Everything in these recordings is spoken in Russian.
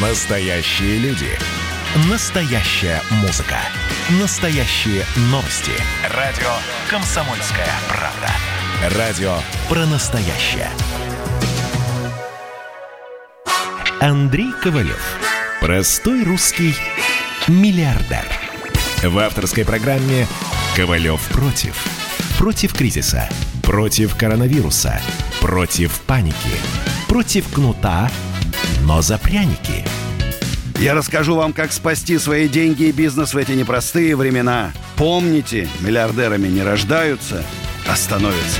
Настоящие люди. Настоящая музыка. Настоящие новости. Радио «Комсомольская правда». Радио про настоящее. Андрей Ковалев. Простой русский миллиардер. В авторской программе «Ковалев против». Против кризиса. Против коронавируса. Против паники. Против кнута, но за пряники. Я расскажу вам, как спасти свои деньги и бизнес в эти непростые времена. Помните, миллиардерами не рождаются, а становятся.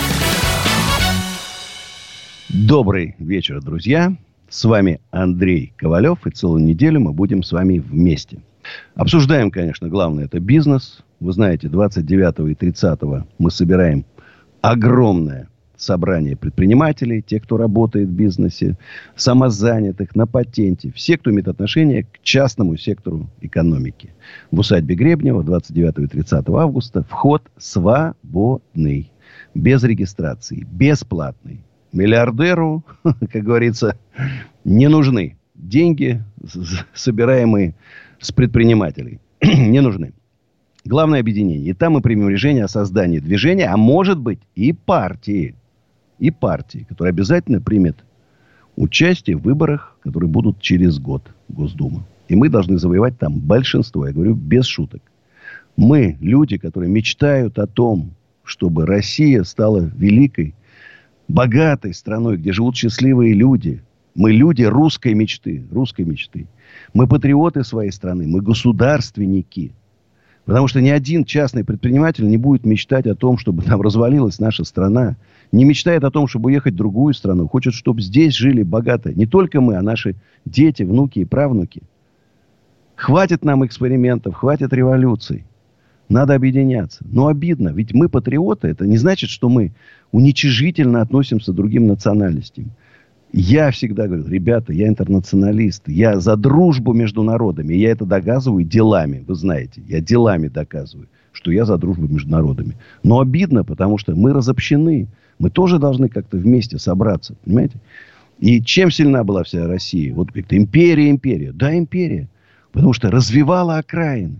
Добрый вечер, друзья. С вами Андрей Ковалев, и целую неделю мы будем с вами вместе. Обсуждаем, конечно, главное, это бизнес. Вы знаете, 29 и 30 мы собираем огромное собрание предпринимателей, тех, кто работает в бизнесе, самозанятых, на патенте. Все, кто имеет отношение к частному сектору экономики. В усадьбе Гребнева 29 и 30 августа вход свободный. Без регистрации. Бесплатный. Миллиардеру, как говорится, не нужны деньги, собираемые с предпринимателей. Не нужны. Главное объединение. И там мы примем решение о создании движения, а может быть и партии. И партии, которая обязательно примет участие в выборах, которые будут через год в Госдуму. И мы должны завоевать там большинство. Я говорю без шуток. Мы, люди, которые мечтают о том, чтобы Россия стала великой, богатой страной, где живут счастливые люди. Мы люди русской мечты. Русской мечты. Мы патриоты своей страны. Мы государственники. Потому что ни один частный предприниматель не будет мечтать о том, чтобы там развалилась наша страна. Не мечтает о том, чтобы уехать в другую страну. Хочет, чтобы здесь жили богато. Не только мы, а наши дети, внуки и правнуки. Хватит нам экспериментов, хватит революций. Надо объединяться. Но обидно. Ведь мы патриоты. Это не значит, что мы уничижительно относимся к другим национальностям. Я всегда говорю, ребята, я интернационалист. Я за дружбу между народами. Я это доказываю делами. Вы знаете, я делами доказываю, что я за дружбу между народами. Но обидно, потому что мы разобщены. Мы тоже должны как-то вместе собраться. Понимаете? И чем сильна была вся Россия? Вот как-то империя. Да, империя. Потому что развивала окраины.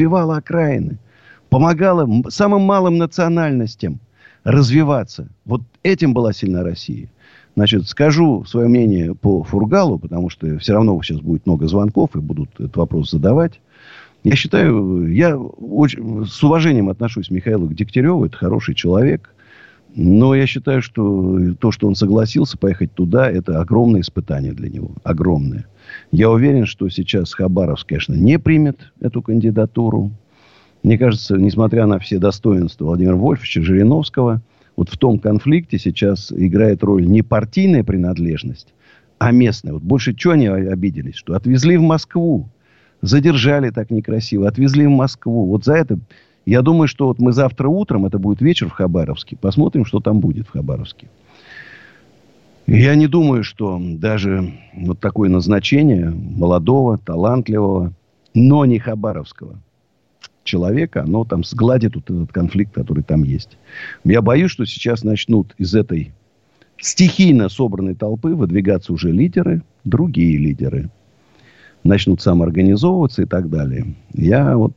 Помогала самым малым национальностям развиваться. Вот этим была сильна Россия. Значит, скажу свое мнение по Фургалу, потому что все равно сейчас будет много звонков и будут этот вопрос задавать. Я считаю, я очень, с уважением отношусь к Михаилу Дегтяреву. Это хороший человек. Но я считаю, что то, что он согласился поехать туда, это огромное испытание для него. Огромное. Я уверен, что сейчас Хабаровск, конечно, не примет эту кандидатуру. Мне кажется, несмотря на все достоинства Владимира Вольфовича Жириновского, вот в том конфликте сейчас играет роль не партийная принадлежность, а местная. Вот больше чего они обиделись? Что отвезли в Москву. Задержали так некрасиво. Отвезли в Москву. Вот за это... Я думаю, что вот мы завтра утром, это будет вечер в Хабаровске, посмотрим, что там будет в Хабаровске. Я не думаю, что даже вот такое назначение молодого, талантливого, но не хабаровского человека, оно там сгладит вот этот конфликт, который там есть. Я боюсь, что сейчас начнут из этой стихийно собранной толпы выдвигаться уже лидеры, другие лидеры. Начнут самоорганизовываться и так далее. Я вот...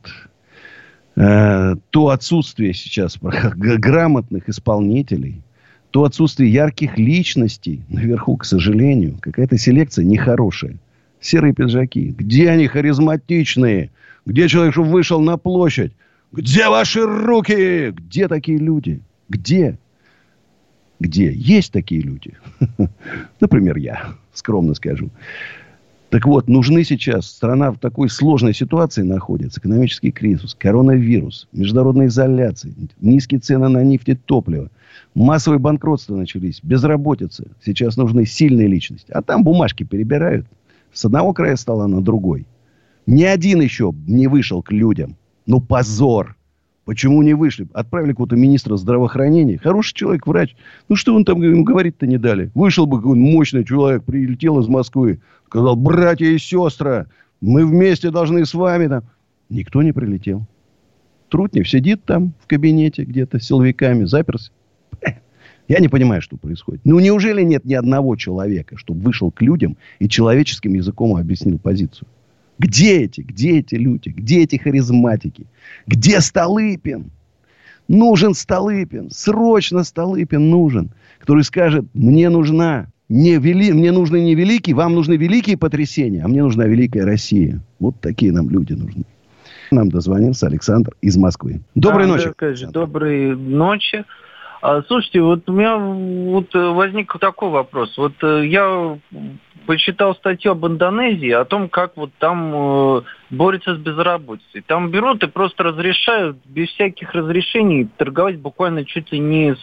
то отсутствие сейчас грамотных исполнителей, то отсутствие ярких личностей наверху, к сожалению, какая-то селекция нехорошая. Серые пиджаки. Где они харизматичные? Где человек, чтобы вышел на площадь? Где ваши руки? Где такие люди? Где? Есть такие люди? Например, я, скромно скажу. Так вот, нужны сейчас, страна в такой сложной ситуации находится, экономический кризис, коронавирус, международная изоляция, низкие цены на нефть и топливо, массовые банкротства начались, безработица. Сейчас нужны сильные личности. А там бумажки перебирают. С одного края стола на другой. Ни один еще не вышел к людям. Ну, позор. Почему не вышли? Отправили какого-то министра здравоохранения. Хороший человек, врач. Ну, что он там ему говорить-то не дали? Вышел бы какой-нибудь мощный человек, прилетел из Москвы. Сказал, братья и сестры, мы вместе должны с вами. Там. Никто не прилетел. Трутнев сидит там в кабинете где-то с силовиками, заперся. Я не понимаю, что происходит. Ну, неужели нет ни одного человека, чтобы вышел к людям и человеческим языком объяснил позицию? Где эти люди? Где эти харизматики? Где Столыпин? Нужен Столыпин. Срочно Столыпин нужен. Который скажет, мне нужны не великие, вам нужны великие потрясения, а мне нужна великая Россия. Вот такие нам люди нужны. Нам дозвонился Александр из Москвы. Доброй ночи. Доброй ночи. Слушайте, вот у меня возник такой вопрос. Вот я почитал статью об Индонезии, о том, как вот там борются с безработицей. Там берут и просто разрешают без всяких разрешений торговать буквально чуть ли не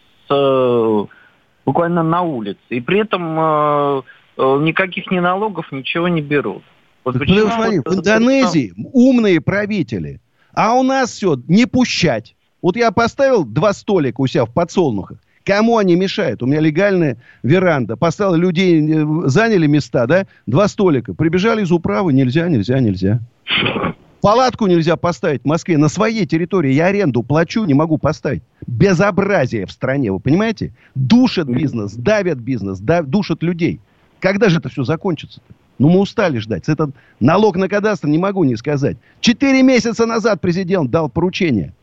буквально на улице. И при этом никаких ни налогов, ничего не берут. Вот почему смотри, в Индонезии умные правители, а у нас все не пущать. Вот я поставил 2 столика у себя в Подсолнухах. Кому они мешают? У меня легальная веранда. Поставил людей, заняли места, да? 2 столика. Прибежали из управы. Нельзя. Палатку нельзя поставить в Москве. На своей территории я аренду плачу, не могу поставить. Безобразие в стране, вы понимаете? Душат бизнес, давят бизнес, душат людей. Когда же это все закончится-то? Ну, мы устали ждать. Этот налог на кадастр не могу не сказать. 4 месяца назад президент дал поручение.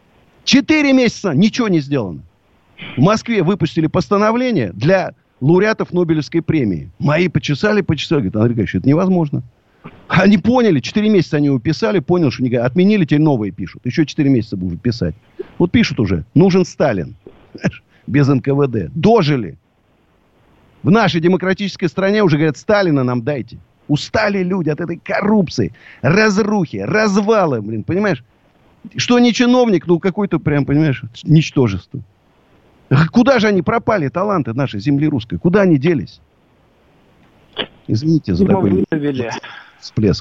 4 месяца ничего не сделано. В Москве выпустили постановление для лауреатов Нобелевской премии. Мои почесали. Говорят, Андрей Григорьевич, это невозможно. Они поняли, 4 месяца они его писали, поняли, что не отменили, теперь новые пишут. Еще 4 месяца будут писать. Вот пишут уже, нужен Сталин. Без НКВД. Дожили. В нашей демократической стране уже говорят, Сталина нам дайте. Устали люди от этой коррупции, разрухи, развала, понимаешь? Что не чиновник, ну какой-то прям, понимаешь, ничтожество. Куда же они пропали, таланты нашей земли русской? Куда они делись? Извините за такой всплеск.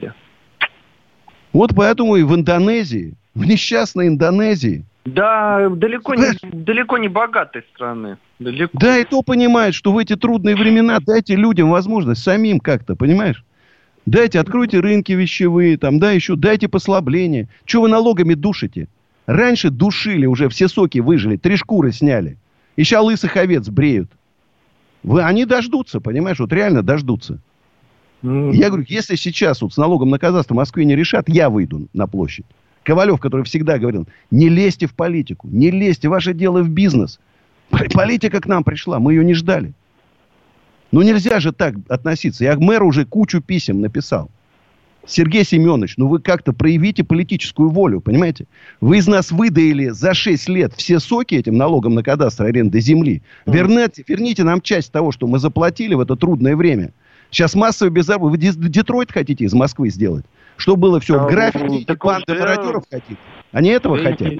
Вот поэтому и в Индонезии, в несчастной Индонезии. Да, далеко не богатой страны. Далеко. Да, и то понимает, что в эти трудные времена дайте людям возможность самим как-то, понимаешь? Дайте, откройте рынки вещевые, там, да, еще дайте послабление. Чего вы налогами душите? Раньше душили, уже все соки выжили, 3 шкуры сняли. И сейчас лысых овец бреют. Они дождутся, понимаешь, вот реально дождутся. Я говорю, если сейчас вот с налогом на кадастр в Москве не решат, я выйду на площадь. Ковалев, который всегда говорил, не лезьте в политику, не лезьте, ваше дело в бизнес. Политика к нам пришла, мы ее не ждали. Ну, нельзя же так относиться. Я мэру уже кучу писем написал. Сергей Семенович, ну вы как-то проявите политическую волю, понимаете? Вы из нас выдаили за 6 лет все соки этим налогом на кадастр аренды земли. Верните нам часть того, что мы заплатили в это трудное время. Сейчас массовый безработица. Вы Детройт хотите из Москвы сделать? Что было все в граффити, и банды мародеров хотите? Они этого хотят?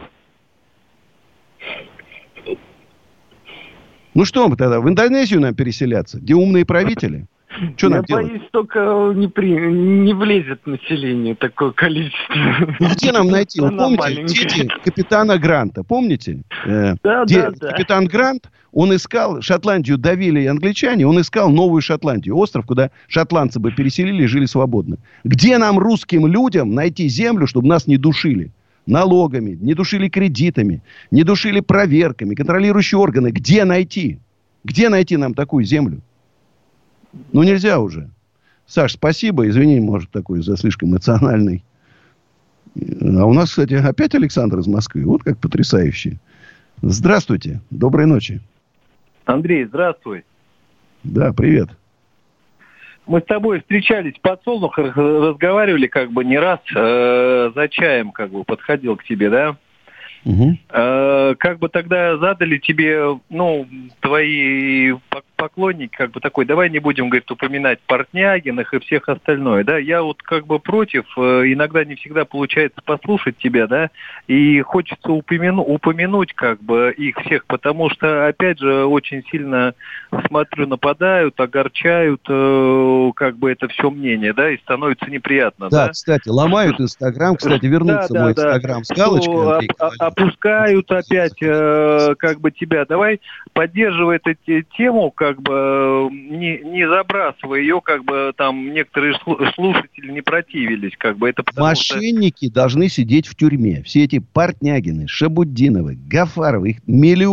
Ну что мы тогда, в Индонезию нам переселяться? Где умные правители? Что нам делать? Я боюсь, только не влезет население такое количество. Ну, где нам найти? Вы помните дети капитана Гранта? Помните? Да. Капитан Грант, он искал, Шотландию давили англичане, он искал новую Шотландию. Остров, куда шотландцы бы переселили и жили свободно. Где нам, русским людям, найти землю, чтобы нас не душили? Налогами, не душили кредитами, не душили проверками, контролирующие органы. Где найти? Где найти нам такую землю? Ну, нельзя уже. Саш, спасибо. Извини, может, такой за слишком эмоциональный. А у нас, кстати, опять Александр из Москвы. Вот как потрясающе. Здравствуйте. Доброй ночи. Андрей, здравствуй. Да, привет. Мы с тобой встречались в Подсолнухах, разговаривали как бы не раз, за чаем как бы подходил к тебе, да? Угу. Как бы тогда задали тебе, ну, твои поклонники, как бы такой, давай не будем, говорит, упоминать Портнягиных и всех остальное, да, я вот как бы против, иногда не всегда получается послушать тебя, да, и хочется упомянуть как бы их всех, потому что, опять же, очень сильно, смотрю, нападают, огорчают, как бы это все мнение, да, и становится неприятно, да. Да, кстати, ломают Инстаграм, кстати, вернуться мой Инстаграм с галочкой. Опускают опять как бы тебя. Давай поддерживай эту тему, как бы не забрасывай ее, как бы там некоторые слушатели не противились, как бы это потому мошенники должны сидеть в тюрьме. Все эти Портнягины, Шабуддиновы, Гафаровы, их миллион.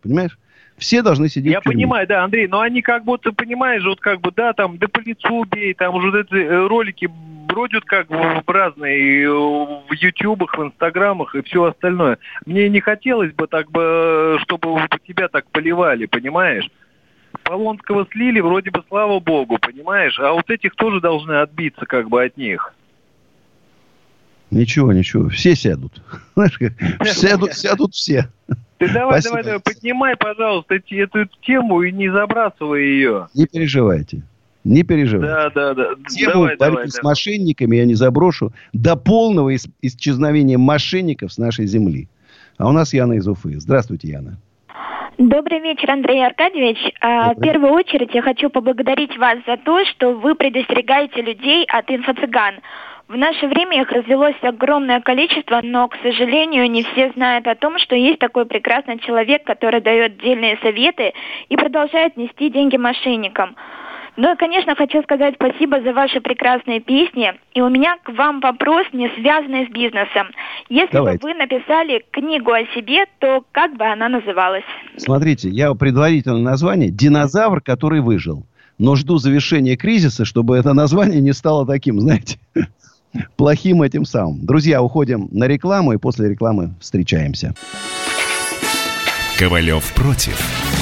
Понимаешь? Все должны сидеть Я в тюрьме. понимаю, да, Андрей, но они как будто, понимаешь, вот как бы, да, там, да по лицу убей, там уже вот эти ролики бродят как бы разные в ютубах, в инстаграмах и все остальное. Мне не хотелось бы так бы, чтобы тебя так поливали, понимаешь? Полонского слили, вроде бы, слава богу, понимаешь? А вот этих тоже должны отбиться как бы от них. Ничего, все сядут. Знаешь, как? Сядут все. Ты давай, Спасибо. поднимай, пожалуйста, эту тему и не забрасывай ее. Не переживайте. Да. Тему борьбы с мошенниками я не заброшу до полного исчезновения мошенников с нашей земли. А у нас Яна из Уфы. Здравствуйте, Яна. Добрый вечер, Андрей Аркадьевич. В первую очередь я хочу поблагодарить вас за то, что вы предостерегаете людей от инфо-цыган. В наше время их развелось огромное количество, но, к сожалению, не все знают о том, что есть такой прекрасный человек, который дает дельные советы и продолжает нести деньги мошенникам. Ну и, конечно, хочу сказать спасибо за ваши прекрасные песни. И у меня к вам вопрос, не связанный с бизнесом. Если бы вы написали книгу о себе, то как бы она называлась? Смотрите, я предварительное название «Динозавр, который выжил». Но жду завершения кризиса, чтобы это название не стало таким, знаете, плохим этим самым. Друзья, уходим на рекламу и после рекламы встречаемся. Ковалев против.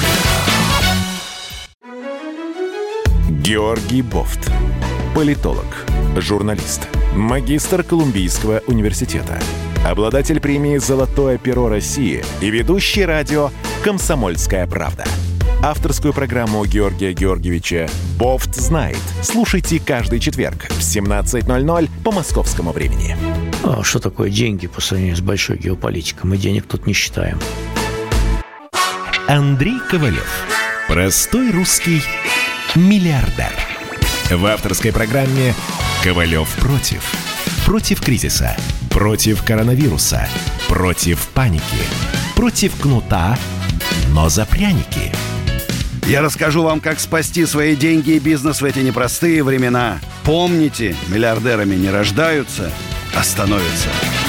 Георгий Бофт. Политолог, журналист, магистр Колумбийского университета, обладатель премии «Золотое перо России» и ведущий радио «Комсомольская правда». Авторскую программу Георгия Георгиевича «Бофт знает». Слушайте каждый четверг в 17:00 по московскому времени. А что такое деньги по сравнению с большой геополитикой? Мы денег тут не считаем. Андрей Ковалев. Простой русский миллиардер. В авторской программе «Ковалев против». Против кризиса, против коронавируса, против паники, против кнута, но за пряники. Я расскажу вам, как спасти свои деньги и бизнес в эти непростые времена. Помните, миллиардерами не рождаются, а становятся.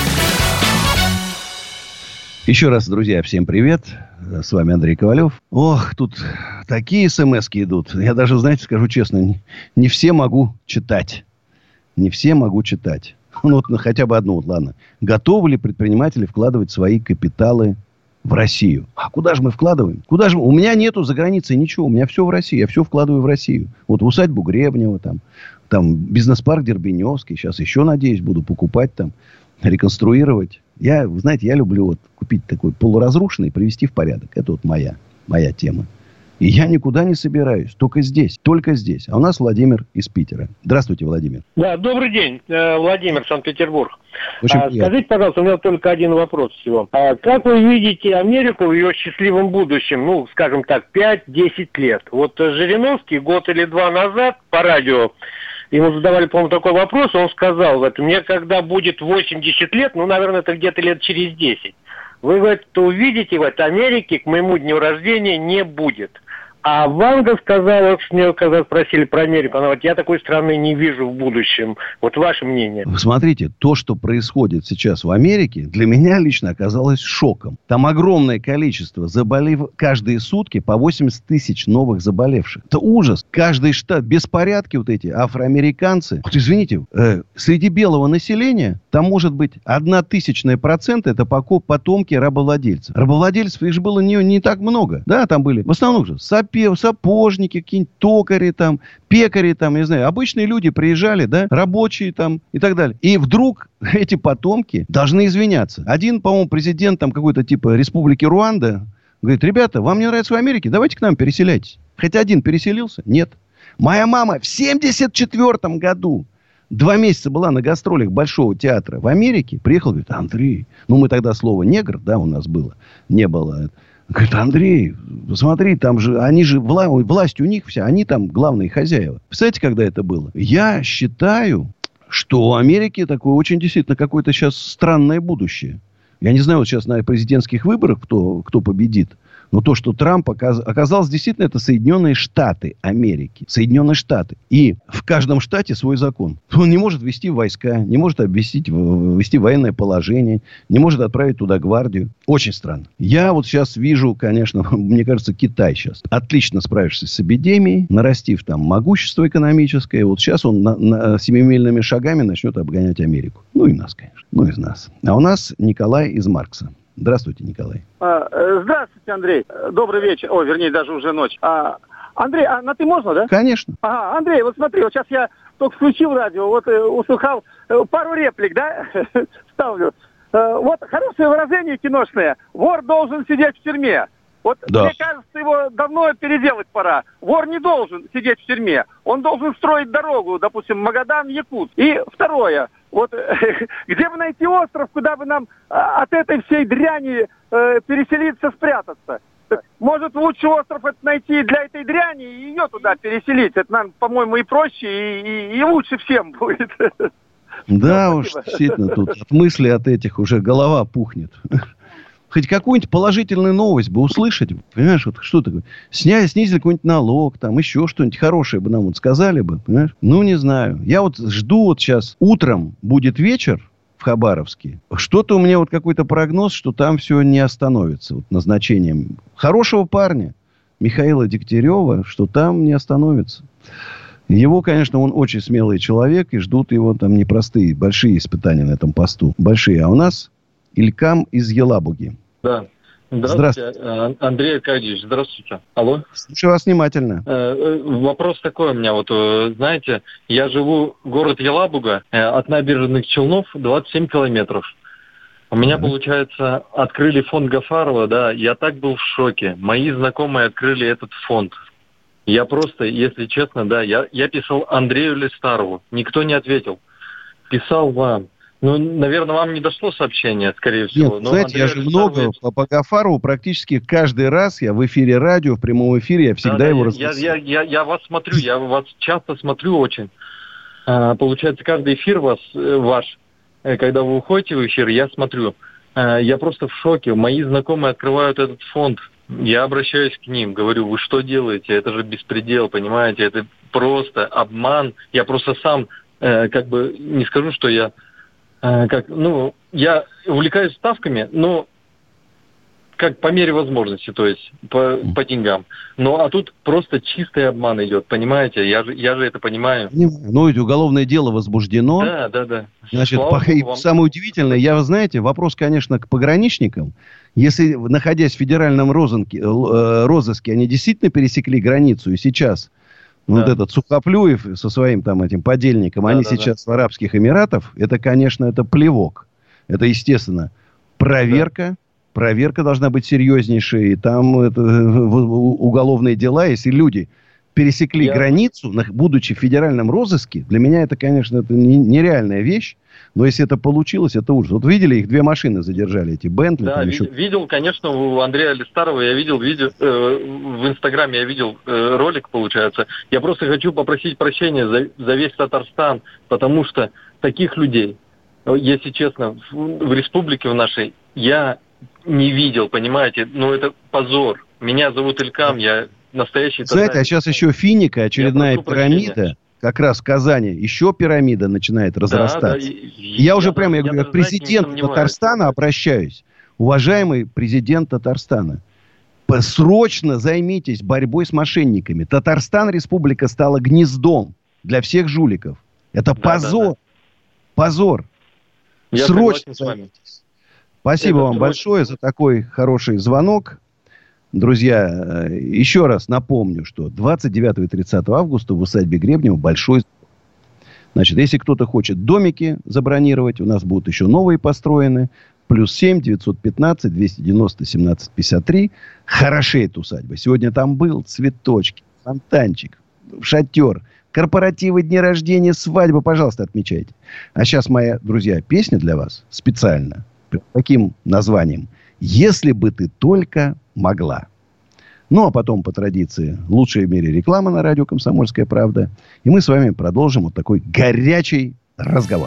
Еще раз, друзья, всем привет. С вами Андрей Ковалев. Ох, тут такие смс-ки идут. Я даже, знаете, скажу честно, не все могу читать. Не все могу читать. Ну, вот хотя бы одну, вот, ладно. Готовы ли предприниматели вкладывать свои капиталы в Россию? А куда же мы вкладываем? Куда же? У меня нету за границей ничего. У меня все в России. Я все вкладываю в Россию. Вот в усадьбу Гребнева, там бизнес-парк Дербеневский. Сейчас еще, надеюсь, буду покупать там, реконструировать. Я, знаете, я люблю вот купить такой полуразрушенный и привести в порядок. Это вот моя тема. И я никуда не собираюсь. Только здесь. А у нас Владимир из Питера. Здравствуйте, Владимир. Да, добрый день. Владимир, Санкт-Петербург. Очень скажите, пожалуйста, у меня только один вопрос всего. Как вы видите Америку в ее счастливом будущем, ну, скажем так, 5-10 лет? Вот Жириновский год или два назад по радио ему задавали, по-моему, такой вопрос, он сказал, вот, мне когда будет 80 лет, ну, наверное, это где-то лет через 10, вы, говорит, увидите, вот, Америки к моему дню рождения не будет. А Ванга сказала, с нее, когда спросили про Америку, она говорит, я такой страны не вижу в будущем. Вот ваше мнение. Смотрите, то, что происходит сейчас в Америке, для меня лично оказалось шоком. Там огромное количество каждые сутки по 80 тысяч новых заболевших. Это ужас. Каждый штат, беспорядки вот эти, афроамериканцы. Вот извините, среди белого населения там может быть 0,01% это потомки рабовладельцев. Рабовладельцев, их же было не так много. Да, там были в основном же сапожники, какие-нибудь токари, там, пекари, там, не знаю, обычные люди приезжали, да, рабочие там и так далее. И вдруг эти потомки должны извиняться. Один, по-моему, президент там какой-то типа Республики Руанда говорит, ребята, вам не нравится в Америке? Давайте к нам переселяйтесь. Хоть один переселился? Нет. Моя мама в 1974 году 2 месяца была на гастролях Большого театра в Америке. Приехал, говорит, Андрей, ну мы тогда слово негр, да, у нас было, не было. Говорит, Андрей, посмотри, там же, они же, власть у них вся, они там главные хозяева. Представляете, когда это было? Я считаю, что у Америки такое очень действительно какое-то сейчас странное будущее. Я не знаю, вот сейчас на президентских выборах кто победит. Но то, что Трамп оказалось, действительно, это Соединенные Штаты Америки. Соединенные Штаты. И в каждом штате свой закон. Он не может ввести войска, не может ввести военное положение, не может отправить туда гвардию. Очень странно. Я вот сейчас вижу, конечно, мне кажется, Китай сейчас отлично справившись с эпидемией, нарастив там могущество экономическое. Вот сейчас он семимильными шагами начнет обгонять Америку. Ну и нас, конечно. Ну и нас. А у нас Николай из Маркса. Здравствуйте, Николай. Здравствуйте, Андрей. Добрый вечер. Ой, вернее, даже уже ночь. Андрей, на ты можно, да? Конечно. Ага, Андрей, вот смотри, вот сейчас я только включил радио, вот услыхал пару реплик, да, ставлю. Вот хорошее выражение киношное. Вор должен сидеть в тюрьме. Вот да. Мне кажется, его давно переделать пора. Вор не должен сидеть в тюрьме. Он должен строить дорогу, допустим, Магадан-Якут. И второе. Вот где бы найти остров, куда бы нам от этой всей дряни переселиться, спрятаться? Может, лучше остров это найти для этой дряни и ее туда переселить. Это нам, по-моему, и проще, и лучше всем будет. Да уж, действительно, тут от мыслей от этих уже голова пухнет. Хоть какую-нибудь положительную новость бы услышать. Понимаешь, вот что такое? Снизили какой-нибудь налог, там еще что-нибудь хорошее бы нам вот сказали бы. Понимаешь? Ну, не знаю. Я вот жду вот сейчас. Утром будет вечер в Хабаровске. Что-то у меня вот какой-то прогноз, что там все не остановится. Вот назначением хорошего парня Михаила Дегтярева, что там не остановится. Его, конечно, он очень смелый человек. И ждут его там непростые, большие испытания на этом посту. Большие. А у нас Илькам из Елабуги. Да. Здравствуйте, Андрей Аркадьевич, здравствуйте. Алло. Слушаю вас внимательно. Вопрос такой у меня. Вот, знаете, я живу город Елабуга, от набережных Челнов 27 километров. У меня, получается, открыли фонд Гафарова, да, я так был в шоке. Мои знакомые открыли этот фонд. Я просто, если честно, да, я писал Андрею Листарову, никто не ответил. Писал вам. Ну, наверное, вам не дошло сообщение, скорее всего. Нет, знаете, я же много по Гафарову практически каждый раз, я в эфире радио, в прямом эфире, я всегда его расписываю. Я вас смотрю, я вас часто смотрю очень. Получается, каждый эфир ваш, когда вы уходите в эфир, я смотрю. Я просто в шоке. Мои знакомые открывают этот фонд. Я обращаюсь к ним, говорю, вы что делаете? Это же беспредел, понимаете? Это просто обман. Я просто сам, не скажу, что я... я увлекаюсь ставками, но как по мере возможности, то есть по деньгам. А тут просто чистый обман идет, понимаете? Я же это понимаю. Ну, ведь уголовное дело возбуждено. Да. Значит, самое удивительное, знаете, вопрос, конечно, к пограничникам. Если, находясь в федеральном розыске, они действительно пересекли границу, и сейчас... Вот этот Сухоплюев со своим там этим подельником, они сейчас в Арабских Эмиратах, это, конечно, это плевок. Это, естественно, проверка. Проверка должна быть серьезнейшая. И там уголовные дела, если люди пересекли границу, будучи в федеральном розыске, для меня это, конечно, это нереальная вещь. Но если это получилось, это ужас. Вот видели, их 2 машины задержали, эти Бентли. Да, видел, конечно, у Андрея Листарова, я видел видео, в Инстаграме я видел ролик, получается. Я просто хочу попросить прощения за весь Татарстан, потому что таких людей, если честно, в республике в нашей я не видел, понимаете? Это позор. Меня зовут Илькам, я настоящий... Знаете, а сейчас еще Финика, очередная пирамида... Как раз в Казани еще пирамида начинает разрастаться. Да, я уже прямо, я говорю, как президент Татарстана обращаюсь. Уважаемый президент Татарстана, срочно займитесь борьбой с мошенниками. Татарстан, республика, стала гнездом для всех жуликов. Это позор. Позор. Я срочно займитесь. Спасибо вам большое за такой хороший звонок. Друзья, еще раз напомню, что 29 и 30 августа в усадьбе Гребнева большой... Значит, если кто-то хочет домики забронировать, у нас будут еще новые построены. +7 915 290 17 53. Хорошеет усадьба. Сегодня там был цветочки, фонтанчик, шатер, корпоративы, дни рождения, свадьбы. Пожалуйста, отмечайте. А сейчас моя, друзья, песня для вас специально. Таким названием. «Если бы ты только могла». Ну, а потом, по традиции, лучшая в мире реклама на радио «Комсомольская правда». И мы с вами продолжим вот такой горячий разговор.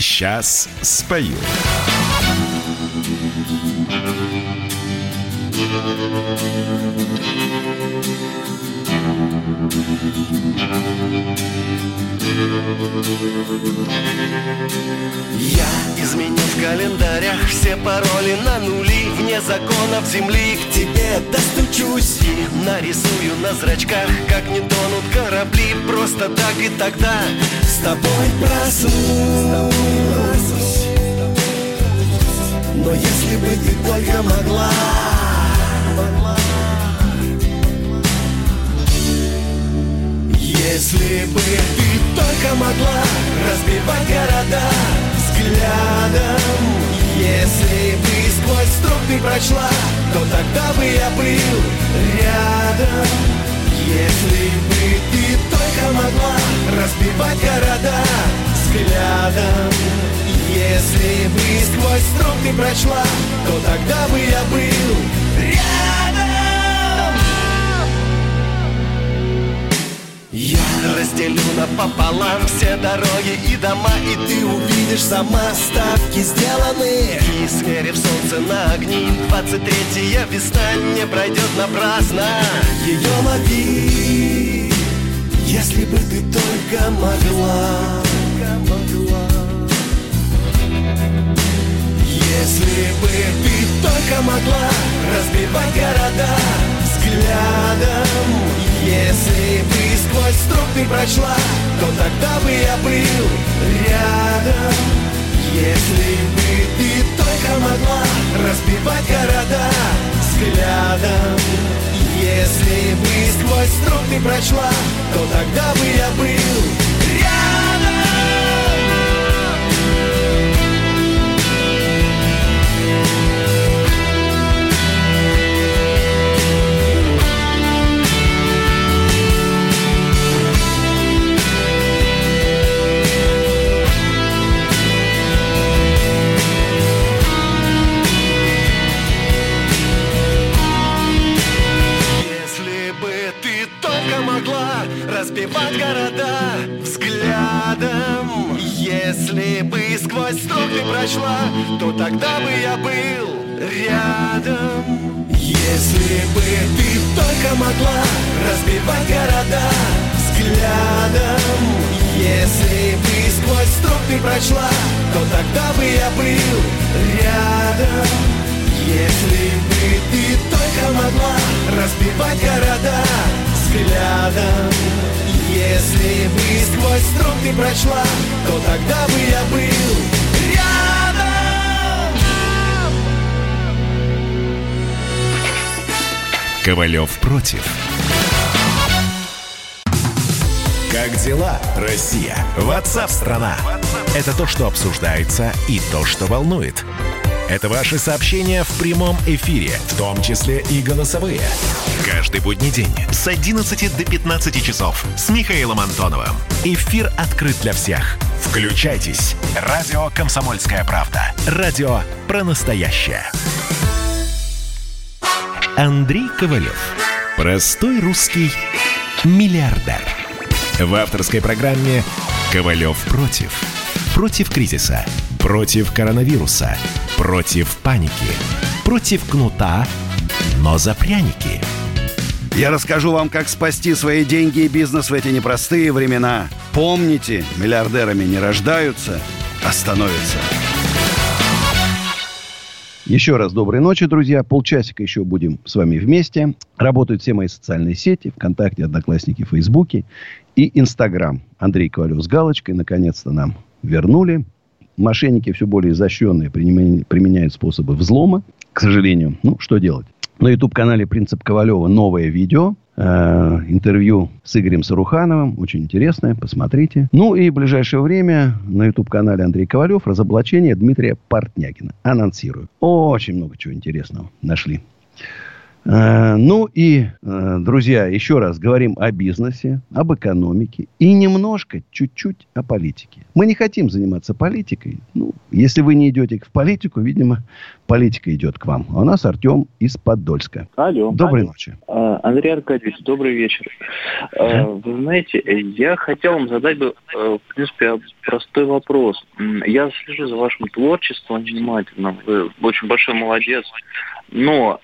Сейчас спою. Я изменил в календарях все пароли на нули. Вне законов земли к тебе достучусь и нарисую на зрачках, как не тонут корабли. Просто так и тогда с тобой проснусь. Но если бы ты только могла, если бы ты только могла разбивать города взглядом, если бы сквозь струк ты прочла, то тогда бы я был рядом. Если бы ты только могла разбивать города взглядом, если бы сквозь струк ты прочла, то тогда бы я был рядом. Я разделю напополам все дороги и дома, и ты увидишь сама, ставки сделаны. И смерив солнце на огни, 23-я весна не пройдет напрасно. Ее лови, если бы ты только могла. Если бы ты только могла разбивать города взглядом, если бы сквозь струк ты прочла, то тогда бы я был рядом. Если бы ты только могла разбивать города взглядом, если бы сквозь струк ты прочла, то тогда бы я был рядом. Разбивать города взглядом, если бы сквозь струк ты прочла, то тогда бы я был рядом. Если бы ты только могла разбивать города взглядом, если бы сквозь струк ты прочла, то тогда бы я был рядом. Если бы ты только могла разбивать города взглядом, если бы сквозь струк ты прочла, то тогда бы я был рядом. Ковалев против. Как дела, Россия? WhatsApp-страна. Это то, что обсуждается, и то, что волнует. Это ваши сообщения в прямом эфире, в том числе и голосовые. Каждый будний день с 11 до 15 часов с Михаилом Антоновым. Эфир открыт для всех. Включайтесь. Радио «Комсомольская правда». Радио про настоящее. Андрей Ковалев. Простой русский миллиардер. В авторской программе «Ковалев против». Против кризиса. Против коронавируса. Против паники. Против кнута, но за пряники. Я расскажу вам, как спасти свои деньги и бизнес в эти непростые времена. Помните, миллиардерами не рождаются, а становятся. Еще раз доброй ночи, друзья. Полчасика еще будем с вами вместе. Работают все мои социальные сети. ВКонтакте, Одноклассники, Фейсбуке и Инстаграм. Андрей Ковалев с галочкой. Наконец-то нам вернули. Мошенники все более изощренные применяют способы взлома. К сожалению. Ну, что делать? На YouTube-канале «Принцип Ковалева» новое видео. Интервью с Игорем Сарухановым. Очень интересное. Посмотрите. Ну и в ближайшее время на YouTube-канале Андрей Ковалев разоблачение Дмитрия Портнягина. Анонсирую. Очень много чего интересного нашли. Ну и, друзья, еще раз говорим о бизнесе, об экономике и немножко, чуть-чуть о политике. Мы не хотим заниматься политикой. Ну, если вы не идете в политику, видимо, политика идет к вам. А у нас Артем из Подольска. Алло. Доброй ночи. Андрей Аркадьевич, добрый вечер. Вы знаете, я хотел вам задать бы, в принципе, простой вопрос. Я слежу за вашим творчеством внимательно. Вы очень большой молодец. Но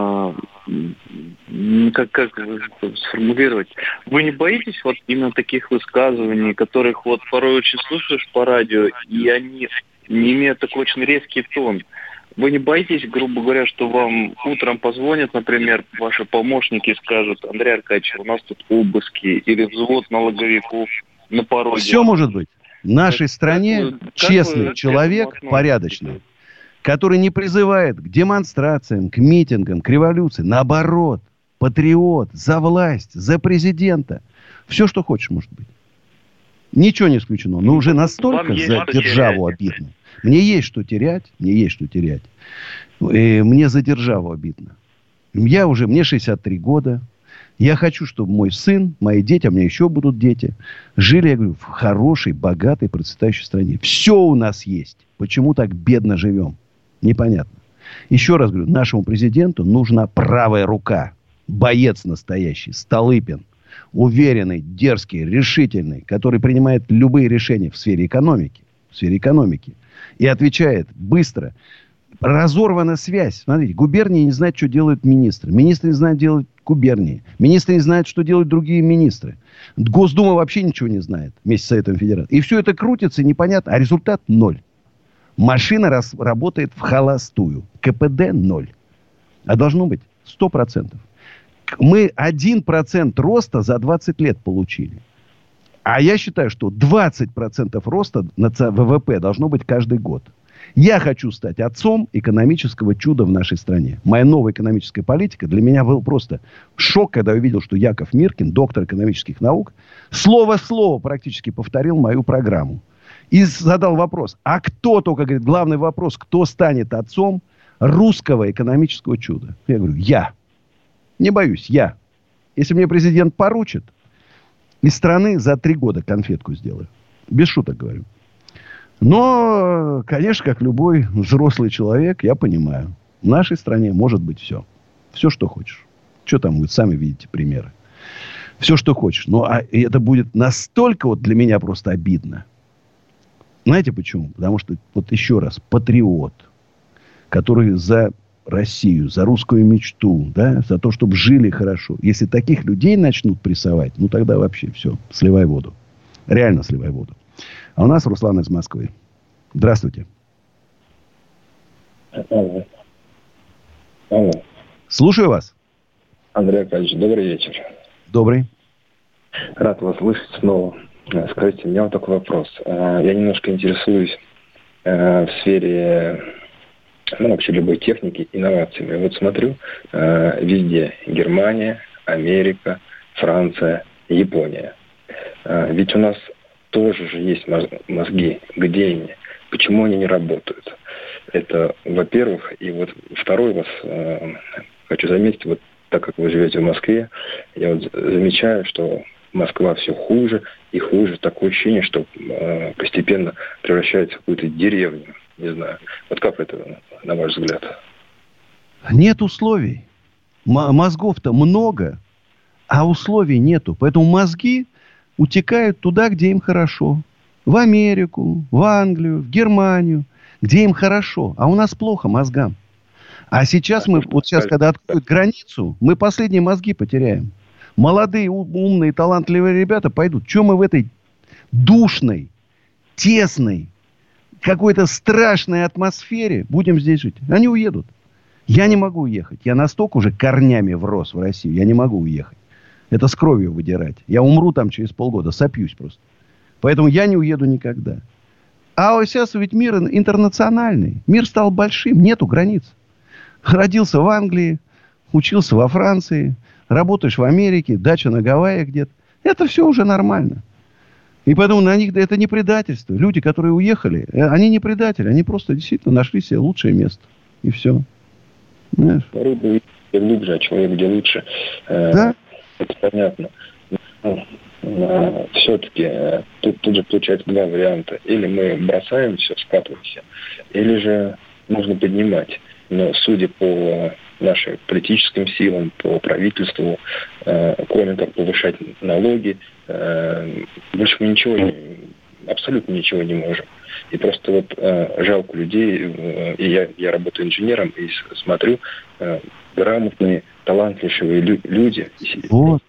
как сформулировать? Вы не боитесь вот именно таких высказываний, которых вот порой очень слушаешь по радио, и они не имеют такой очень резкий тон? Вы не боитесь, грубо говоря, что вам утром позвонят, например, ваши помощники и скажут: Андрей Аркадьевич, у нас тут обыски, или взвод налоговиков на пороге? Все может быть. В нашей стране честный человек, порядочный, который не призывает к демонстрациям, к митингам, к революции. Наоборот, патриот, за власть, за президента. Все, что хочешь, может быть. Ничего не исключено. Но уже настолько за державу обидно. Мне есть что терять. И мне за державу обидно. Мне 63 года. Я хочу, чтобы мой сын, мои дети, а у меня еще будут дети, жили, я говорю, в хорошей, богатой, процветающей стране. Все у нас есть. Почему так бедно живем? Непонятно. Еще раз говорю, нашему президенту нужна правая рука. Боец настоящий, Столыпин. Уверенный, дерзкий, решительный, который принимает любые решения в сфере экономики. И отвечает быстро. Разорвана связь. Смотрите, губернии не знают, что делают министры. Министры не знают, что делают губернии. Министры не знают, что делают другие министры. Госдума вообще ничего не знает вместе с Советом Федерации. И все это крутится, непонятно, а результат 0. Машина работает в холостую. КПД 0. А должно быть 100%. Мы 1% роста за 20 лет получили. А я считаю, что 20% роста на ВВП должно быть каждый год. Я хочу стать отцом экономического чуда в нашей стране. Моя новая экономическая политика для меня был просто шок, когда я увидел, что Яков Миркин, доктор экономических наук, слово в слово практически повторил мою программу. И задал вопрос, говорит, главный вопрос, кто станет отцом русского экономического чуда? Я говорю, я. Не боюсь, я. Если мне президент поручит, из страны за 3 года конфетку сделаю. Без шуток говорю. Но, конечно, как любой взрослый человек, я понимаю, в нашей стране может быть все. Все, что хочешь. Что там будет, сами видите примеры. Все, что хочешь. Но это будет настолько вот для меня просто обидно. Знаете почему? Потому что, вот еще раз, патриот, который за Россию, за русскую мечту, да, за то, чтобы жили хорошо. Если таких людей начнут прессовать, ну тогда вообще все, сливай воду. Реально сливай воду. А у нас Руслан из Москвы. Здравствуйте. Алло. Слушаю вас. Андрей Аркадьевич, добрый вечер. Добрый. Рад вас слышать снова. Скажите, у меня вот такой вопрос. Я немножко интересуюсь в сфере, вообще любой техники, инновациями. Вот смотрю, везде Германия, Америка, Франция, Япония. Ведь у нас тоже же есть мозги. Где они? Почему они не работают? Это, во-первых. И вот второй вас хочу заметить, вот так как вы живете в Москве, я вот замечаю, что Москва все хуже и хуже. Такое ощущение, что постепенно превращается в какую-то деревню. Не знаю. Вот как это, на ваш взгляд? Нет условий. Мозгов-то много, а условий нету. Поэтому мозги утекают туда, где им хорошо. В Америку, в Англию, в Германию. Где им хорошо. А у нас плохо мозгам. А сейчас когда откроют границу, мы последние мозги потеряем. Молодые, умные, талантливые ребята пойдут. Чего мы в этой душной, тесной, какой-то страшной атмосфере будем здесь жить? Они уедут. Я не могу уехать. Я настолько уже корнями врос в Россию. Я не могу уехать. Это с кровью выдирать. Я умру там через полгода. Сопьюсь просто. Поэтому я не уеду никогда. А сейчас ведь мир интернациональный. Мир стал большим. Нету границ. Родился в Англии. Учился во Франции. Работаешь в Америке. Дача на Гавайях где-то. Это все уже нормально. И поэтому на них это не предательство. Люди, которые уехали, они не предатели. Они просто действительно нашли себе лучшее место. И все. Понимаешь? Рыба глубже, а человек где лучше. Да? Это понятно. Все-таки тут же получается 2 варианта. Или мы бросаем все, скатываемся, или же нужно поднимать. Но судя по нашим политическим силам, по правительству, кроме как повышать налоги, больше мы ничего абсолютно ничего не можем. И просто вот жалко людей, и я работаю инженером, и смотрю, грамотные, талантливые люди. Вот,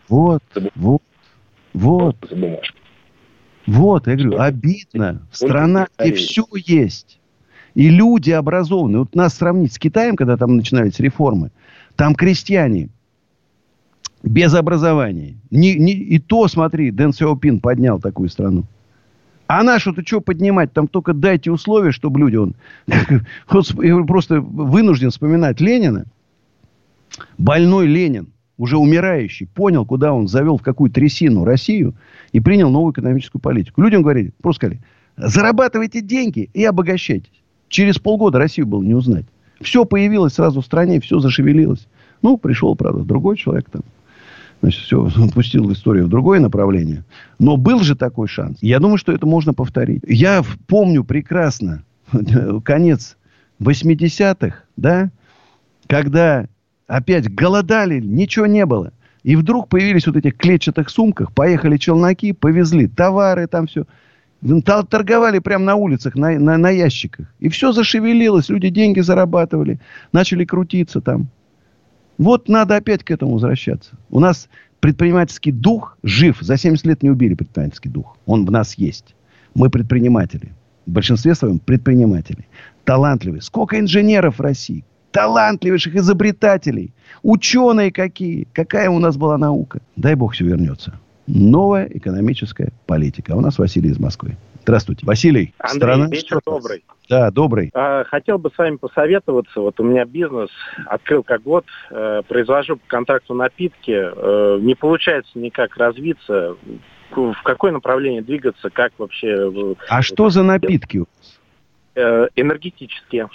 я говорю, обидно. Страна, где все есть. И люди образованные. Вот нас сравнить с Китаем, когда там начинались реформы, там крестьяне без образования. И то, смотри, Дэн Сяопин поднял такую страну. А нашу-то что поднимать? Там только дайте условия, чтобы люди... Я просто вынужден вспоминать Ленина. Больной Ленин, уже умирающий, понял, куда он завел, в какую трясину Россию, и принял новую экономическую политику. Людям говорили, просто сказали, зарабатывайте деньги и обогащайтесь. Через полгода Россию было не узнать. Все появилось сразу в стране, все зашевелилось. Ну, пришел, правда, другой человек там. Значит, все, он пустил историю в другое направление. Но был же такой шанс. Я думаю, что это можно повторить. Я помню прекрасно конец 80-х, да, когда опять голодали, ничего не было. И вдруг появились вот эти клетчатых сумках, поехали челноки, повезли товары, там все. Торговали прямо на улицах, на ящиках. И все зашевелилось, люди деньги зарабатывали, начали крутиться там. Вот надо опять к этому возвращаться. У нас предпринимательский дух жив. За 70 лет не убили предпринимательский дух. Он в нас есть. Мы предприниматели. В большинстве своем предприниматели. Талантливые. Сколько инженеров в России. Талантливейших изобретателей. Ученые какие. Какая у нас была наука. Дай бог все вернется. Новая экономическая политика. А у нас Василий из Москвы. Здравствуйте. Василий. Андрей, вечер добрый. Да, добрый. Хотел бы с вами посоветоваться. Вот у меня бизнес, открыл как год, произвожу по контракту напитки. Не получается никак развиться. В какое направление двигаться, как вообще... А что за напитки у вас? Энергетические.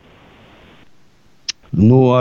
Ну,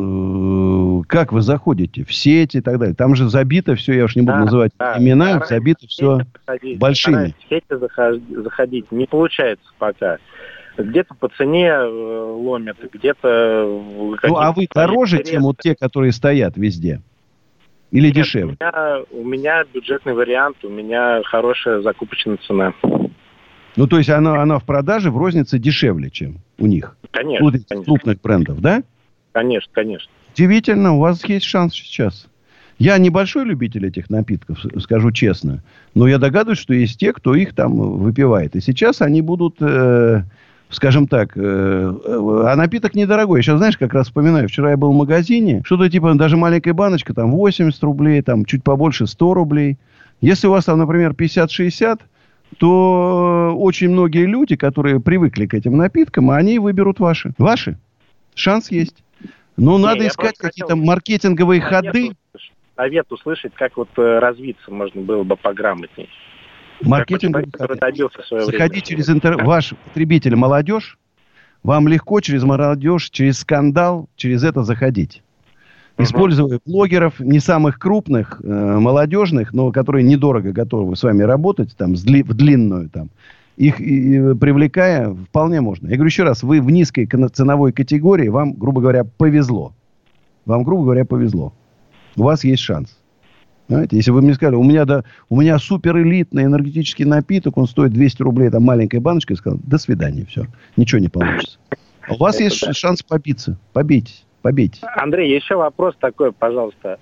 а как вы заходите? В сети и так далее. Там же забито все, я уж не буду называть имена, забито все большими. В сети заходить не получается пока. Где-то по цене ломят, где-то... Ну, а вы дороже, чем вот те, которые стоят везде? Или дешевле? У меня бюджетный вариант, у меня хорошая закупочная цена. Ну, то есть она в продаже, в рознице дешевле, чем у них? Конечно. У этих крупных брендов, да? Конечно, конечно. Удивительно, у вас есть шанс сейчас. Я небольшой любитель этих напитков, скажу честно. Но я догадываюсь, что есть те, кто их там выпивает. И сейчас они будут, скажем так... а напиток недорогой. Я сейчас, знаешь, как раз вспоминаю. Вчера я был в магазине. Что-то типа, даже маленькая баночка, там 80 рублей, там чуть побольше 100 рублей. Если у вас там, например, 50-60... то очень многие люди, которые привыкли к этим напиткам, они выберут ваши. Ваши. Шанс есть. Но надо искать какие-то маркетинговые ходы. Совет услышать, как вот развиться можно было бы пограмотней. Маркетинговые ходы. Заходи через интернет. Ваш потребитель молодежь. Вам легко через молодежь, через скандал, через это заходить. Используя блогеров, не самых крупных, молодежных, но которые недорого готовы с вами работать, там, в длинную, там, их привлекая, вполне можно. Я говорю еще раз, вы в низкой ценовой категории, вам, грубо говоря, повезло. Вам, грубо говоря, повезло. У вас есть шанс. Понимаете? Если вы мне сказали, у меня суперэлитный энергетический напиток, он стоит 200 рублей, там маленькая баночка, я сказал, до свидания, все, ничего не получится. А у вас есть шанс побиться. Побейтесь. Андрей, еще вопрос такой, пожалуйста.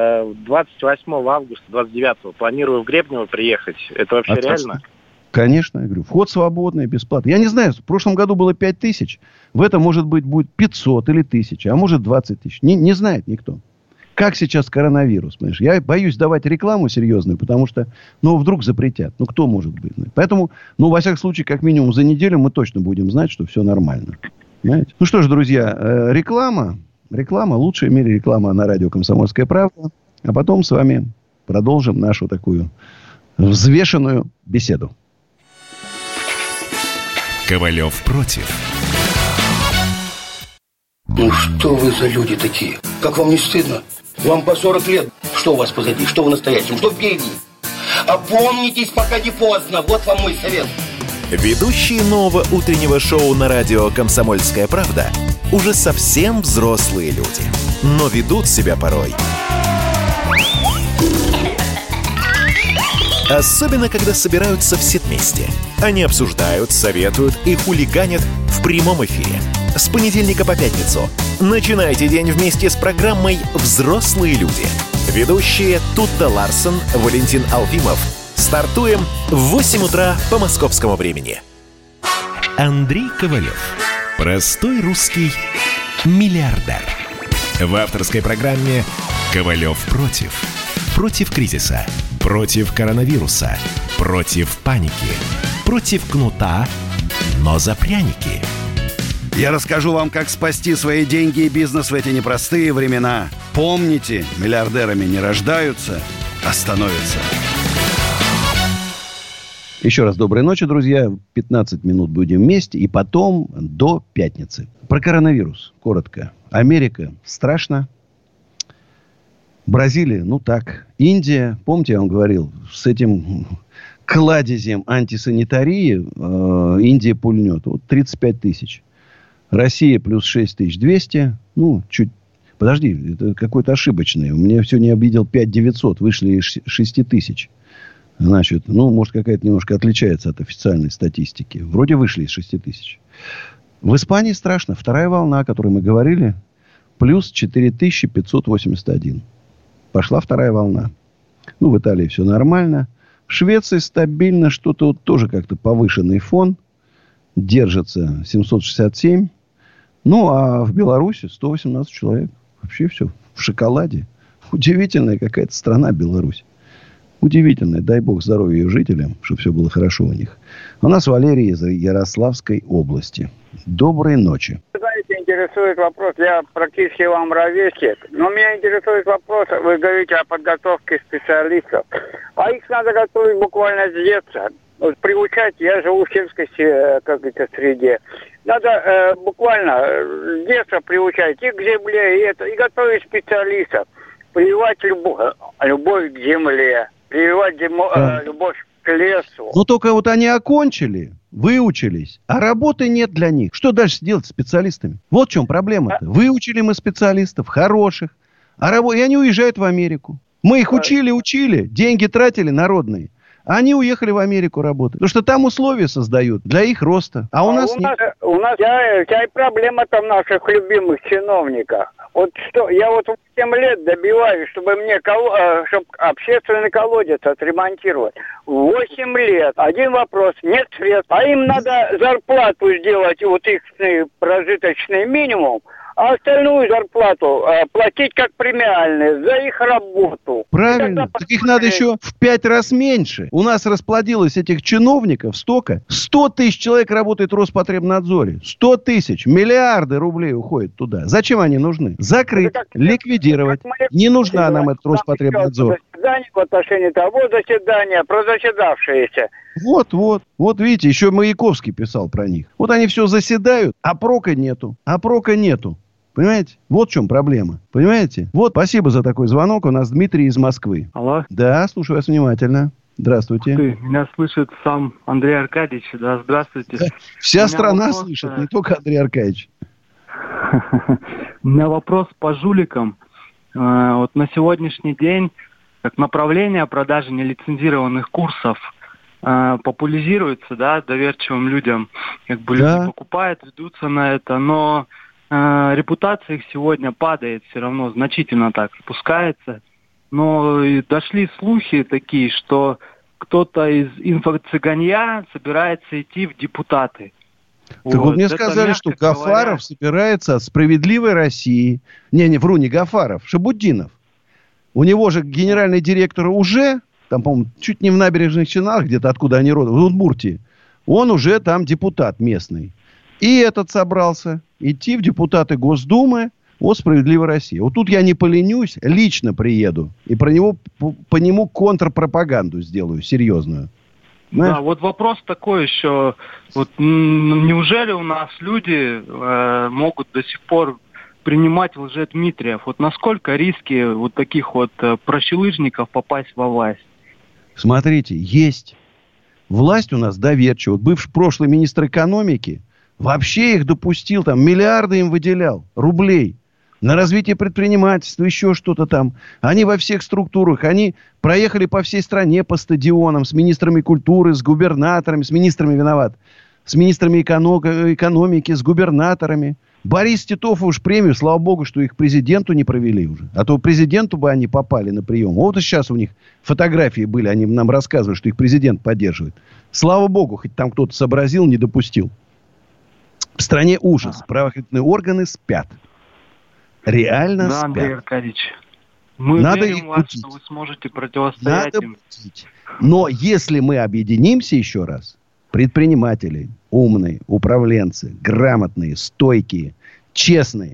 28 августа, 29 планирую в Гребнево приехать. Это вообще реально? Конечно, я говорю. Вход свободный, бесплатный. Я не знаю, в прошлом году было 5000. В этом, может быть, будет 500 или 1000, а может 20 тысяч. Не знает никто. Как сейчас коронавирус, понимаешь? Я боюсь давать рекламу серьезную, потому что, вдруг запретят. Кто может быть? Поэтому, во всяком случае, как минимум за неделю мы точно будем знать, что все нормально. Понимаете? Ну что ж, друзья, реклама, лучшая в мире реклама на радио «Комсомольская правда». А потом с вами продолжим нашу такую взвешенную беседу. Ковалев против. Ну что вы за люди такие? Как вам не стыдно? Вам по 40 лет. Что у вас позади? Что в настоящем? Что впереди? Опомнитесь, пока не поздно. Вот вам мой совет. Ведущие нового утреннего шоу на радио «Комсомольская правда» уже совсем взрослые люди, но ведут себя порой Особенно, когда собираются все вместе. Они обсуждают, советуют и хулиганят в прямом эфире. С понедельника по пятницу. Начинайте день вместе с программой «Взрослые люди». Ведущие Тутта Ларсон, Валентин Алфимов. Стартуем в 8 утра по московскому времени. Андрей Ковалев. Простой русский миллиардер. В авторской программе «Ковалев против». Против кризиса. Против коронавируса. Против паники. Против кнута, но за пряники. Я расскажу вам, как спасти свои деньги и бизнес в эти непростые времена. Помните, миллиардерами не рождаются, а становятся. Еще раз доброй ночи, друзья. 15 минут будем вместе. И потом до пятницы. Про коронавирус. Коротко. Америка. Страшно. Бразилия. Ну так. Индия. Помните, я вам говорил, с этим кладезем антисанитарии Индия пульнет. Вот 35 тысяч. Россия плюс 6200. Ну, чуть... Подожди, это какое-то ошибочное. У меня все не обидел 5900. Вышли из 6000. Значит, ну, может, какая-то немножко отличается от официальной статистики. Вроде вышли из 6000. В Испании страшно. Вторая волна, о которой мы говорили, плюс 4581. Пошла вторая волна. Ну, в Италии все нормально. В Швеции стабильно. Что-то вот тоже как-то повышенный фон. Держится 767. Ну, а в Беларуси 118 человек. Вообще все в шоколаде. Удивительная какая-то страна Беларусь. Удивительная. Дай бог здоровья ее жителям, чтобы все было хорошо у них. У нас Валерий из Ярославской области. Доброй ночи. Знаете, интересует вопрос. Я практически вам ровесник. Но меня интересует вопрос. Вы говорите о подготовке специалистов. А их надо готовить буквально с детства. Вот приучать. Я живу в сельской, как это, среде. Надо буквально с детства приучать и к земле, и готовить специалистов. Прививать любовь к земле. Прививать любовь к лесу. Но только вот они окончили, выучились, а работы нет для них. Что дальше делать с специалистами? Вот в чем проблема-то. Выучили мы специалистов хороших, и они уезжают в Америку. Мы их учили, деньги тратили народные. А они уехали в Америку работать. Потому что там условия создают для их роста. А у нас нет. У нас вся проблема там наших любимых чиновников. Вот что, я вот 8 лет добиваюсь, чтобы мне чтобы общественный колодец отремонтировать. 8 лет. Один вопрос. Нет средств. А им надо зарплату сделать, вот их прожиточный минимум, а остальную зарплату платить как премиальные за их работу. Правильно. Так их надо еще в 5 раз меньше. У нас расплодилось этих чиновников столько. 100 тысяч человек работает в Роспотребнадзоре. 100 тысяч. Миллиарды рублей уходят туда. Зачем они нужны? Закрыть, ликвидировать. Не нужна нам этот Роспотребнадзор. В отношении того заседания, про заседавшиеся. Вот видите, еще Маяковский писал про них. Вот они все заседают, а прока нету. Понимаете? Вот в чем проблема. Понимаете? Вот, спасибо за такой звонок. У нас Дмитрий из Москвы. Алло. Да, слушаю вас внимательно. Здравствуйте. Меня слышит сам Андрей Аркадьевич. Да, здравствуйте. Вся страна слышит, не только Андрей Аркадьевич. У меня вопрос по жуликам. Вот на сегодняшний день как направление продажи нелицензированных курсов популяризируется, да, доверчивым людям. Как бы люди покупают, ведутся на это, но репутация их сегодня падает все равно, значительно так спускается. Но и дошли слухи такие, что кто-то из инфо-цыганья собирается идти в депутаты. Так вот мне сказали, что Гафаров собирается от «Справедливой России». Не Гафаров, Шабуддинов. У него же генеральный директор уже, там, по-моему, чуть не в Набережных Челнах, где-то откуда они родом, в Удмуртии. Он уже там депутат местный. И этот собрался идти в депутаты Госдумы от «Справедливой России». Вот тут я не поленюсь, лично приеду. И по нему контрпропаганду сделаю, серьезную. Знаешь? Да, вот вопрос такой еще. Вот, неужели у нас люди могут до сих пор принимать лжедмитриев? Вот насколько риски вот таких вот прощелыжников попасть во власть? Смотрите, есть. Власть у нас доверчива. Вот бывший прошлый министр экономики вообще их допустил, там миллиарды им выделял, рублей. на развитие предпринимательства, еще что-то там. Они во всех структурах. Они проехали по всей стране, по стадионам, с министрами культуры, с губернаторами, с министрами с министрами экономики, с губернаторами. Борис Титов уж премию, слава богу, что их президенту не провели уже. А то президенту бы они попали на прием. Вот и сейчас у них фотографии были, они нам рассказывают, что их президент поддерживает. Слава богу, хоть там кто-то сообразил, не допустил. В стране ужас. Правоохранительные органы спят. Реально спят. Андрей Аркадьевич, мы верим в вас, что вы сможете противостоять им. Но если мы объединимся еще раз, предприниматели, умные, управленцы, грамотные, стойкие, честные,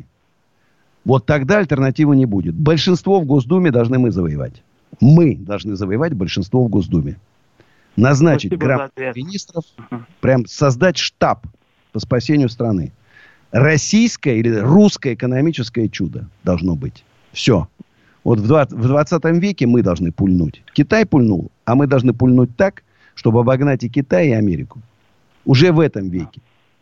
вот тогда альтернативы не будет. Большинство в Госдуме должны мы завоевать. Мы должны завоевать большинство в Госдуме. Назначить грамотных министров, прям создать штаб по спасению страны. Российское или русское экономическое чудо должно быть. Все. Вот в 20 веке мы должны пульнуть. Китай пульнул, а мы должны пульнуть так, чтобы обогнать и Китай, и Америку. Уже в этом веке.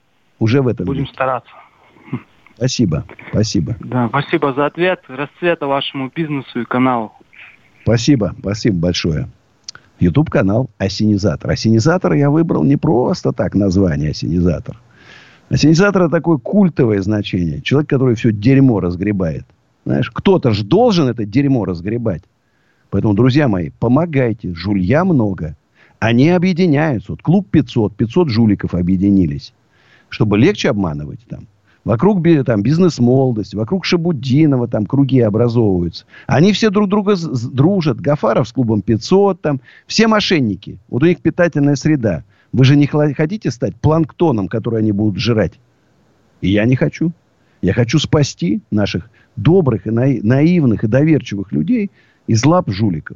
Будем стараться. Спасибо. Да, спасибо за ответ. Расцвета вашему бизнесу и каналу. Спасибо большое. YouTube-канал «Осенизатор». «Осенизатор» я выбрал не просто так название «Осенизатор». «Осенизатор» — такое культовое значение. Человек, который все дерьмо разгребает. Знаешь, кто-то же должен это дерьмо разгребать. Поэтому, друзья мои, помогайте. Жулья много. Они объединяются. Вот клуб 500 жуликов объединились. Чтобы легче обманывать там. Вокруг там бизнес-молодость, вокруг Шабуддинова там круги образовываются. Они все друг друга дружат. Гафаров с клубом 500 там. Все мошенники. Вот у них питательная среда. Вы же не хотите стать планктоном, который они будут жрать? И я не хочу. Я хочу спасти наших добрых и наивных и доверчивых людей из лап жуликов.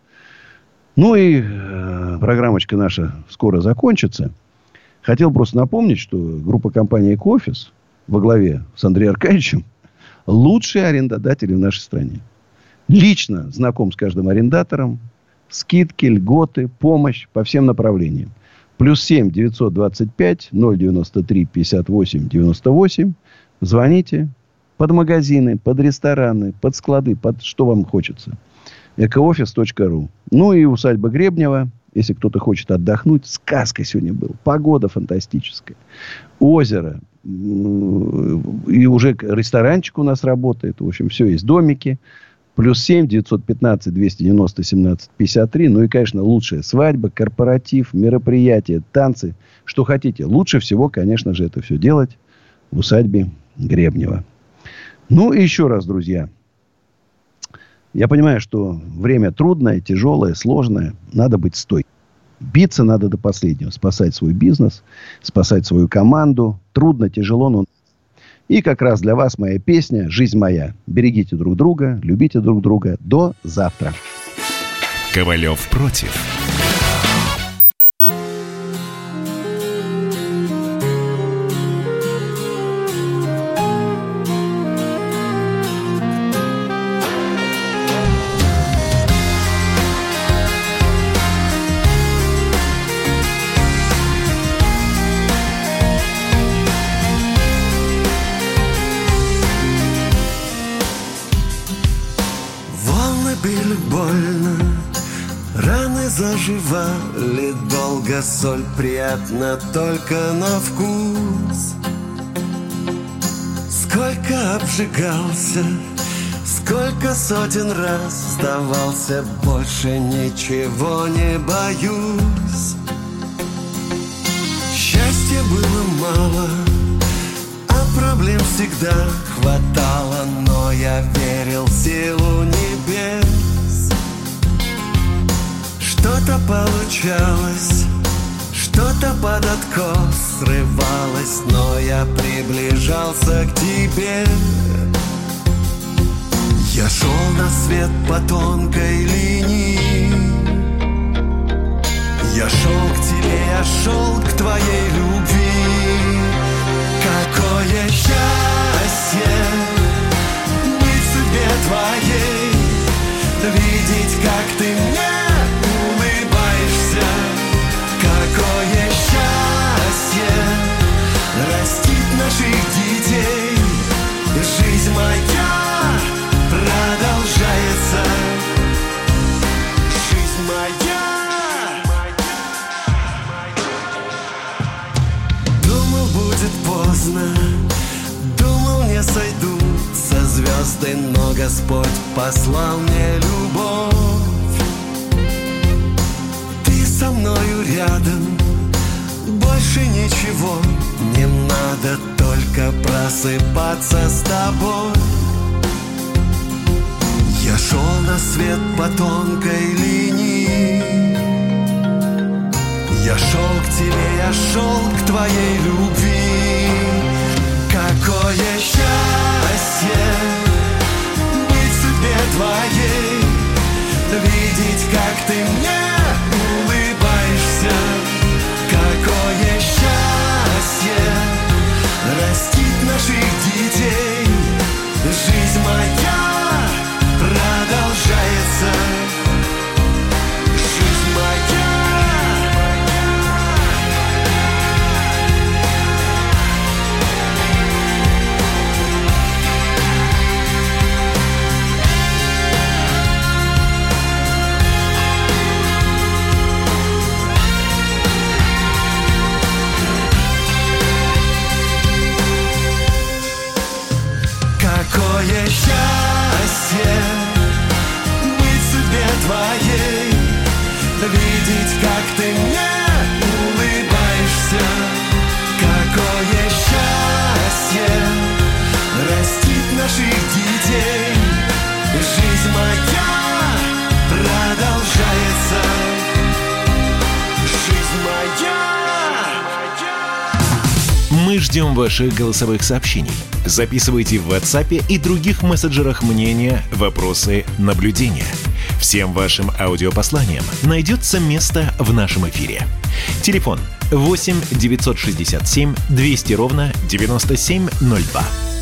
Ну и программочка наша скоро закончится. Хотел просто напомнить, что группа компании «Экоофис» во главе с Андреем Аркадьевичем лучшие арендодатели в нашей стране. Лично знаком с каждым арендатором. Скидки, льготы, помощь по всем направлениям. +7 925 093 58 98. Звоните под магазины, под рестораны, под склады, под что вам хочется. Экоофис.ру. Ну и усадьба Гребнева. Если кто-то хочет отдохнуть. Сказка сегодня была. Погода фантастическая. Озеро. И уже ресторанчик у нас работает. В общем, все есть. Домики. +7 915 290 17 53. Ну и, конечно, лучшая свадьба, корпоратив, мероприятия, танцы. Что хотите. Лучше всего, конечно же, это все делать в усадьбе Гребнева. Ну и еще раз, друзья. Я понимаю, что время трудное, тяжелое, сложное. Надо быть стойким. Биться надо до последнего. Спасать свой бизнес, спасать свою команду. Трудно, тяжело, но... И как раз для вас моя песня «Жизнь моя». Берегите друг друга, любите друг друга. До завтра. Ковалев против. Заживали долго, соль приятна только на вкус. Сколько обжигался, сколько сотен раз сдавался, больше ничего не боюсь. Счастья было мало, а проблем всегда хватало, но я верил в силу небес. Что-то получалось, что-то под откос срывалось, но я приближался к тебе. Я шел на свет по тонкой линии. Я шел к тебе, я шел к твоей любви. Какое счастье быть в судьбе твоей, видеть, как ты мне улыбаешься. Какое счастье растить наших детей. Жизнь моя. поздно. Думал, не сойду со звезды, но Господь послал мне любовь. Ты со мною рядом, больше ничего не надо, только просыпаться с тобой. Я шел на свет по тонкой линии, я шел к тебе, я шел к твоей любви. Какое счастье быть в судьбе твоей, видеть, как ты мне улыбаешься. Какое счастье растить наших детей, жизнь моя продолжается, жизнь моя. Какое счастье быть в судьбе твоей, видеть, как ты мне улыбаешься. Какое счастье растить наших детей, жизнь моя продолжается, жизнь моя. Мы ждем ваших голосовых сообщений. Записывайте в WhatsApp и других мессенджерах мнения, вопросы, наблюдения. Всем вашим аудиопосланиям найдется место в нашем эфире. Телефон 8 967 200 ровно 9702.